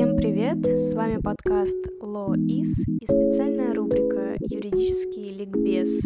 Всем привет! С вами подкаст Law Is и специальная рубрика «Юридический ликбез».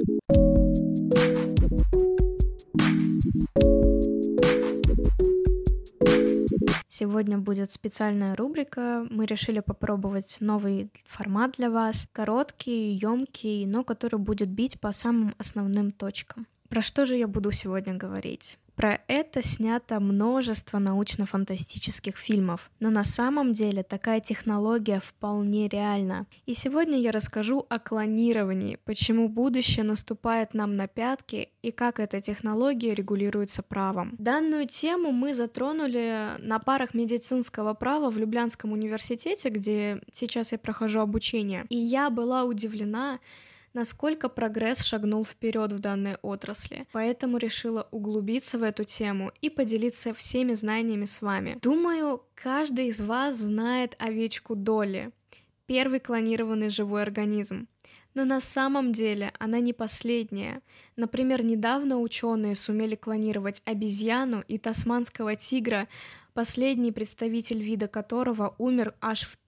Сегодня будет специальная рубрика. Мы решили попробовать новый формат для вас. Короткий, ёмкий, но который будет бить по самым основным точкам. Про что же я буду сегодня говорить? Про это снято множество научно-фантастических фильмов, но на самом деле такая технология вполне реальна. И сегодня я расскажу о клонировании, почему будущее наступает нам на пятки и как эта технология регулируется правом. Данную тему мы затронули на парах медицинского права в Люблянском университете, где сейчас я прохожу обучение, и я была удивлена, насколько прогресс шагнул вперед в данной отрасли. Поэтому решила углубиться в эту тему и поделиться всеми знаниями с вами. Думаю, каждый из вас знает овечку Долли, первый клонированный живой организм. Но на самом деле она не последняя. Например, недавно ученые сумели клонировать обезьяну и тасманского тигра, последний представитель вида которого умер аж в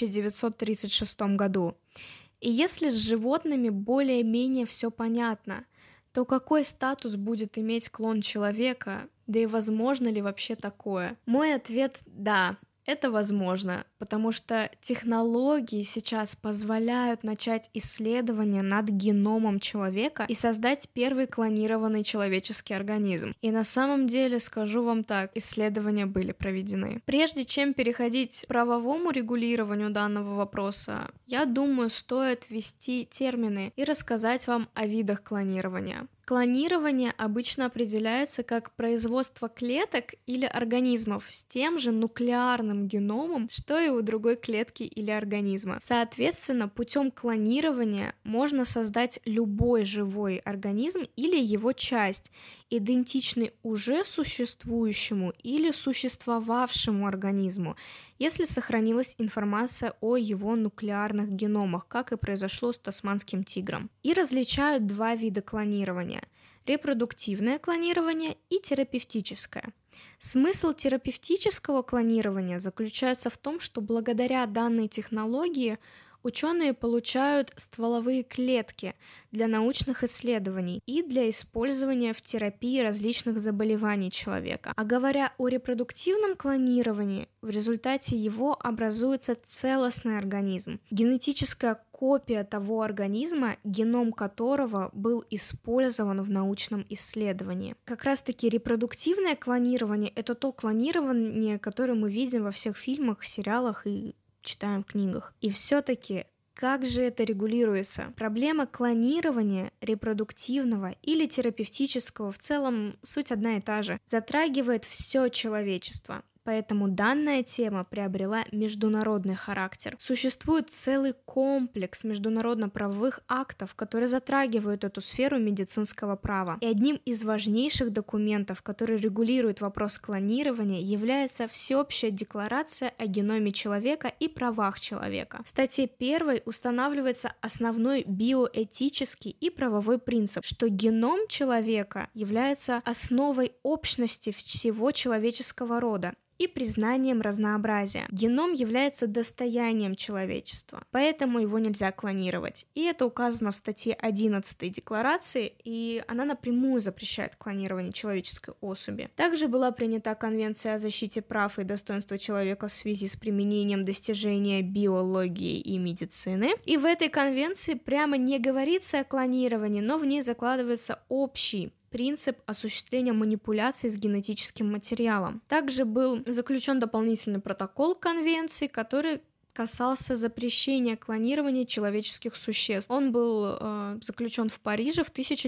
1936 году. И если с животными более-менее все понятно, то какой статус будет иметь клон человека, да и возможно ли вообще такое? Мой ответ – да. Это возможно, потому что технологии сейчас позволяют начать исследования над геномом человека и создать первый клонированный человеческий организм. И на самом деле, скажу вам так, исследования были проведены. Прежде чем переходить к правовому регулированию данного вопроса, я думаю, стоит ввести термины и рассказать вам о видах клонирования. Клонирование обычно определяется как производство клеток или организмов с тем же нуклеарным геномом, что и у другой клетки или организма. Соответственно, путем клонирования можно создать любой живой организм или его часть, идентичный уже существующему или существовавшему организму, если сохранилась информация о его нуклеарных геномах, как и произошло с тасманским тигром. И различают два вида клонирования – репродуктивное клонирование и терапевтическое. Смысл терапевтического клонирования заключается в том, что благодаря данной технологии ученые получают стволовые клетки для научных исследований и для использования в терапии различных заболеваний человека. А говоря о репродуктивном клонировании, в результате его образуется целостный организм, генетическая копия того организма, геном которого был использован в научном исследовании. Как раз-таки репродуктивное клонирование – это то клонирование, которое мы видим во всех фильмах, сериалах и читаем в книгах. И все-таки как же это регулируется? Проблема клонирования репродуктивного или терапевтического в целом суть одна и та же. Затрагивает все человечество. Поэтому данная тема приобрела международный характер. Существует целый комплекс международно-правовых актов, которые затрагивают эту сферу медицинского права. И одним из важнейших документов, который регулирует вопрос клонирования, является Всеобщая декларация о геноме человека и правах человека. В статье 1 устанавливается основной биоэтический и правовой принцип, что геном человека является основой общности всего человеческого рода и признанием разнообразия. Геном является достоянием человечества, поэтому его нельзя клонировать. И это указано в статье 11 Декларации, и она напрямую запрещает клонирование человеческой особи. Также была принята Конвенция о защите прав и достоинства человека в связи с применением достижения биологии и медицины. И в этой конвенции прямо не говорится о клонировании, но в ней закладывается общий принцип осуществления манипуляций с генетическим материалом. Также был заключен дополнительный протокол конвенции, который касался запрещения клонирования человеческих существ. Он был заключен в Париже в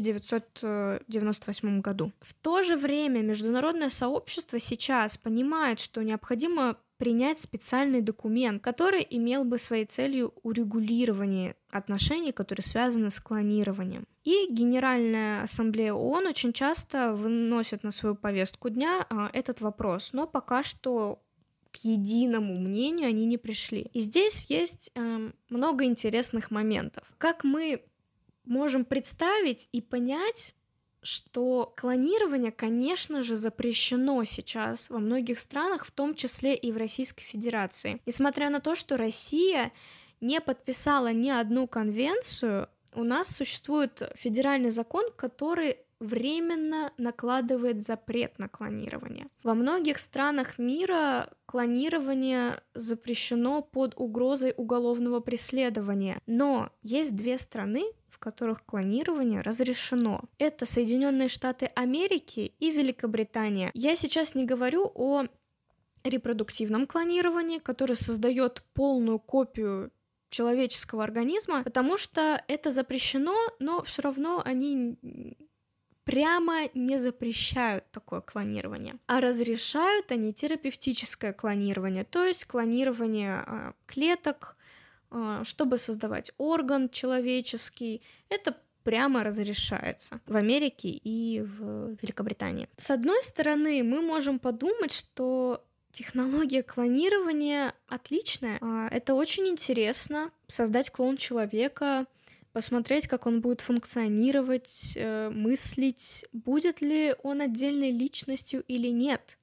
1998 году. В то же время международное сообщество сейчас понимает, что необходимо принять специальный документ, который имел бы своей целью урегулирование отношений, которые связаны с клонированием. И Генеральная ассамблея ООН очень часто выносит на свою повестку дня этот вопрос, но пока что к единому мнению они не пришли. И здесь есть много интересных моментов. Как мы можем представить и понять, что клонирование, конечно же, запрещено сейчас во многих странах, в том числе и в Российской Федерации. Несмотря на то, что Россия не подписала ни одну конвенцию, у нас существует федеральный закон, который временно накладывает запрет на клонирование. Во многих странах мира клонирование запрещено под угрозой уголовного преследования, но есть 2 страны, в которых клонирование разрешено. Это Соединенные Штаты Америки и Великобритания. Я сейчас не говорю о репродуктивном клонировании, которое создает полную копию человеческого организма, потому что это запрещено, но все равно они прямо не запрещают такое клонирование, а разрешают они терапевтическое клонирование, то есть клонирование клеток, чтобы создавать орган человеческий. Это прямо разрешается в Америке и в Великобритании. С одной стороны, мы можем подумать, что технология клонирования отличная. Это очень интересно, создать клон человека, посмотреть, как он будет функционировать, мыслить, будет ли он отдельной личностью или нет.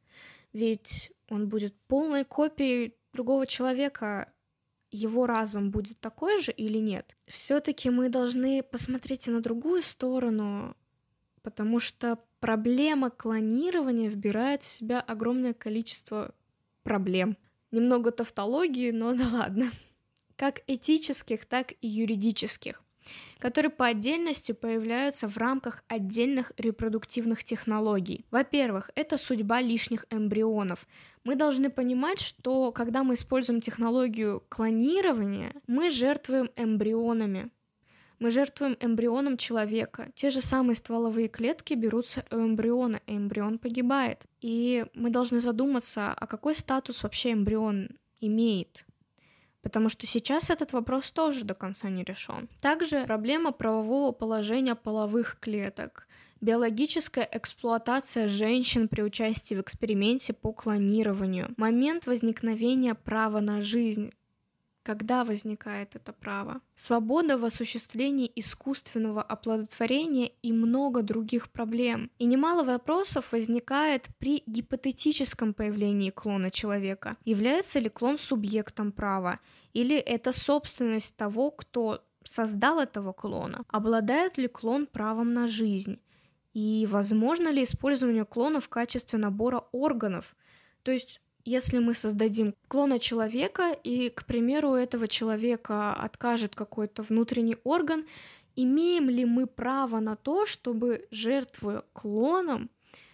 Ведь он будет полной копией другого человека, его разум будет такой же или нет. Все-таки мы должны посмотреть и на другую сторону, потому что проблема клонирования вбирает в себя огромное количество проблем. Немного тавтологии, но да ладно. Как этических, так и юридических, которые по отдельности появляются в рамках отдельных репродуктивных технологий. Во-первых, это судьба лишних эмбрионов. Мы должны понимать, что когда мы используем технологию клонирования, мы жертвуем эмбрионами. Мы жертвуем эмбрионом человека. Те же самые стволовые клетки берутся у эмбриона, и эмбрион погибает. И мы должны задуматься, а какой статус вообще эмбрион имеет. Потому что сейчас этот вопрос тоже до конца не решен. Также проблема правового положения половых клеток, биологическая эксплуатация женщин при участии в эксперименте по клонированию, момент возникновения права на жизнь. Когда возникает это право? Свобода в осуществлении искусственного оплодотворения и много других проблем. И немало вопросов возникает при гипотетическом появлении клона человека. Является ли клон субъектом права? Или это собственность того, кто создал этого клона? Обладает ли клон правом на жизнь? И возможно ли использование клона в качестве набора органов? То есть если мы создадим клона человека, и, к примеру, у этого человека откажет какой-то внутренний орган, имеем ли мы право на то, чтобы, жертвуя клоном,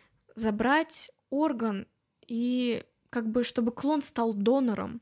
забрать орган и чтобы клон стал донором?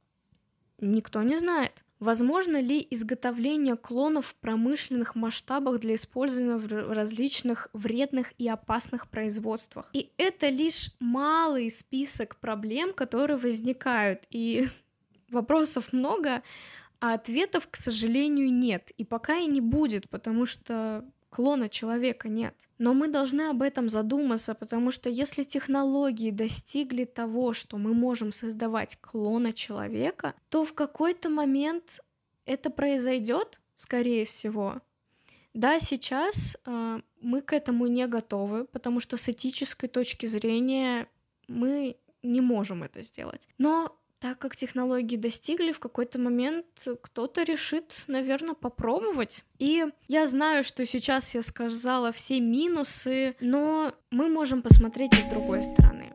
Никто не знает. Возможно ли изготовление клонов в промышленных масштабах для использования в различных вредных и опасных производствах? И это лишь малый список проблем, которые возникают. И вопросов много, а ответов, к сожалению, нет. И пока и не будет, потому что клона человека нет. Но мы должны об этом задуматься, потому что если технологии достигли того, что мы можем создавать клона человека, то в какой-то момент это произойдет, скорее всего. Да, сейчас мы к этому не готовы, потому что с этической точки зрения мы не можем это сделать. Но так как технологии достигли, в какой-то момент кто-то решит, наверное, попробовать. И я знаю, что сейчас я сказала все минусы, но мы можем посмотреть и с другой стороны.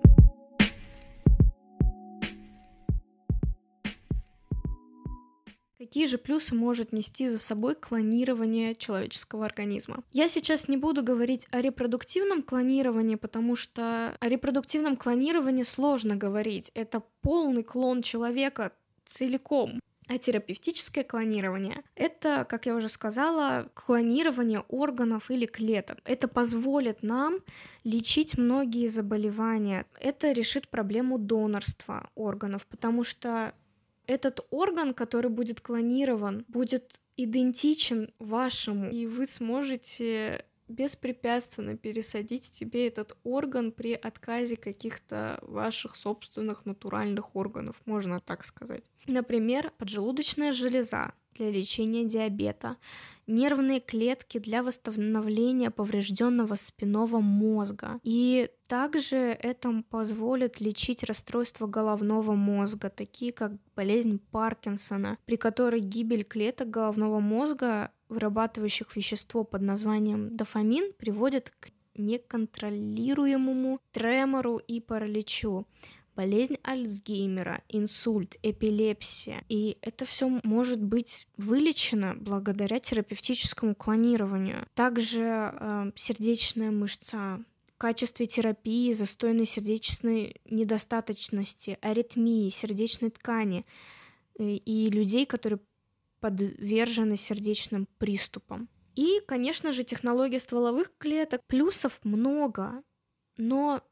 Какие же плюсы может нести за собой клонирование человеческого организма? Я сейчас не буду говорить о репродуктивном клонировании, потому что о репродуктивном клонировании сложно говорить. Это полный клон человека целиком. А терапевтическое клонирование — это, как я уже сказала, клонирование органов или клеток. Это позволит нам лечить многие заболевания. Это решит проблему донорства органов, потому что этот орган, который будет клонирован, будет идентичен вашему, и вы сможете беспрепятственно пересадить тебе этот орган при отказе каких-то ваших собственных натуральных органов, можно так сказать. Например, поджелудочная железа для лечения диабета, нервные клетки для восстановления поврежденного спинного мозга. И также это позволит лечить расстройства головного мозга, такие как болезнь Паркинсона, при которой гибель клеток головного мозга, вырабатывающих вещество под названием дофамин, приводит к неконтролируемому тремору и параличу. Болезнь Альцгеймера, инсульт, эпилепсия. И это все может быть вылечено благодаря терапевтическому клонированию. Также сердечная мышца в качестве терапии застойной сердечной недостаточности, аритмии, сердечной ткани и людей, которые подвержены сердечным приступам. И, конечно же, технология стволовых клеток. Плюсов много, но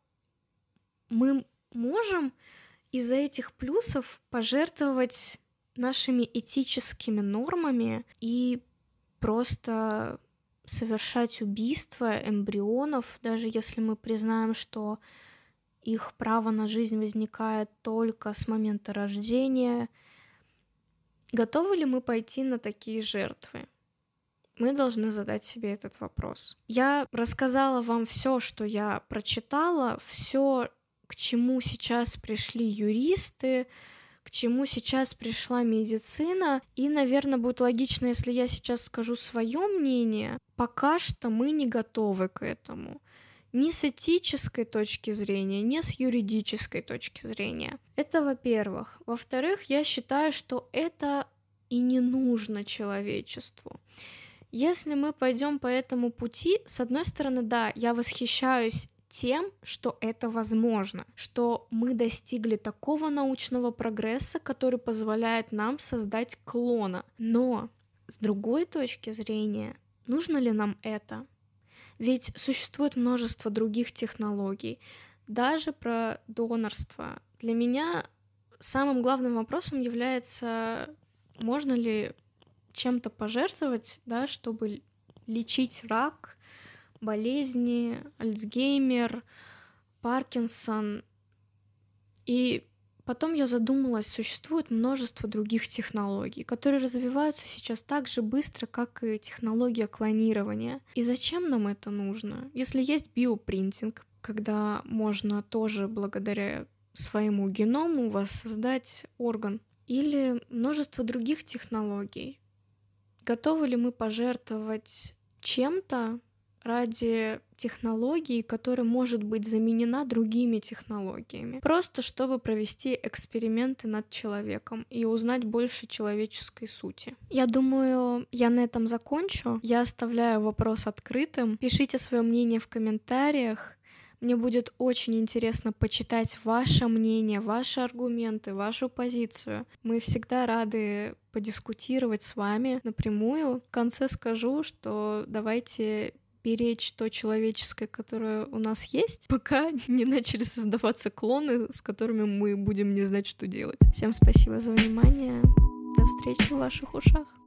мы можем из-за этих плюсов пожертвовать нашими этическими нормами и просто совершать убийство эмбрионов, даже если мы признаем, что их право на жизнь возникает только с момента рождения. Готовы ли мы пойти на такие жертвы? Мы должны задать себе этот вопрос. Я рассказала вам все, что я прочитала, все, к чему сейчас пришли юристы, к чему сейчас пришла медицина. И, наверное, будет логично, если я сейчас скажу свое мнение. Пока что мы не готовы к этому. Ни с этической точки зрения, ни с юридической точки зрения. Это во-первых. Во-вторых, я считаю, что это и не нужно человечеству. Если мы пойдем по этому пути, с одной стороны, да, я восхищаюсь тем, что это возможно, что мы достигли такого научного прогресса, который позволяет нам создать клона. Но с другой точки зрения, нужно ли нам это? Ведь существует множество других технологий, даже про донорство. Для меня самым главным вопросом является, можно ли чем-то пожертвовать, да, чтобы лечить рак, болезни, Альцгеймер, Паркинсон. И потом я задумалась, существует множество других технологий, которые развиваются сейчас так же быстро, как и технология клонирования. И зачем нам это нужно? Если есть биопринтинг, когда можно тоже благодаря своему геному воссоздать орган, или множество других технологий. Готовы ли мы пожертвовать чем-то ради технологии, которая может быть заменена другими технологиями, просто чтобы провести эксперименты над человеком и узнать больше человеческой сути? Я думаю, я на этом закончу. Я оставляю вопрос открытым. Пишите свое мнение в комментариях. Мне будет очень интересно почитать ваше мнение, ваши аргументы, вашу позицию. Мы всегда рады подискутировать с вами напрямую. В конце скажу, что давайте беречь то человеческое, которое у нас есть, пока не начали создаваться клоны, с которыми мы будем не знать, что делать. Всем спасибо за внимание. До встречи в ваших ушах.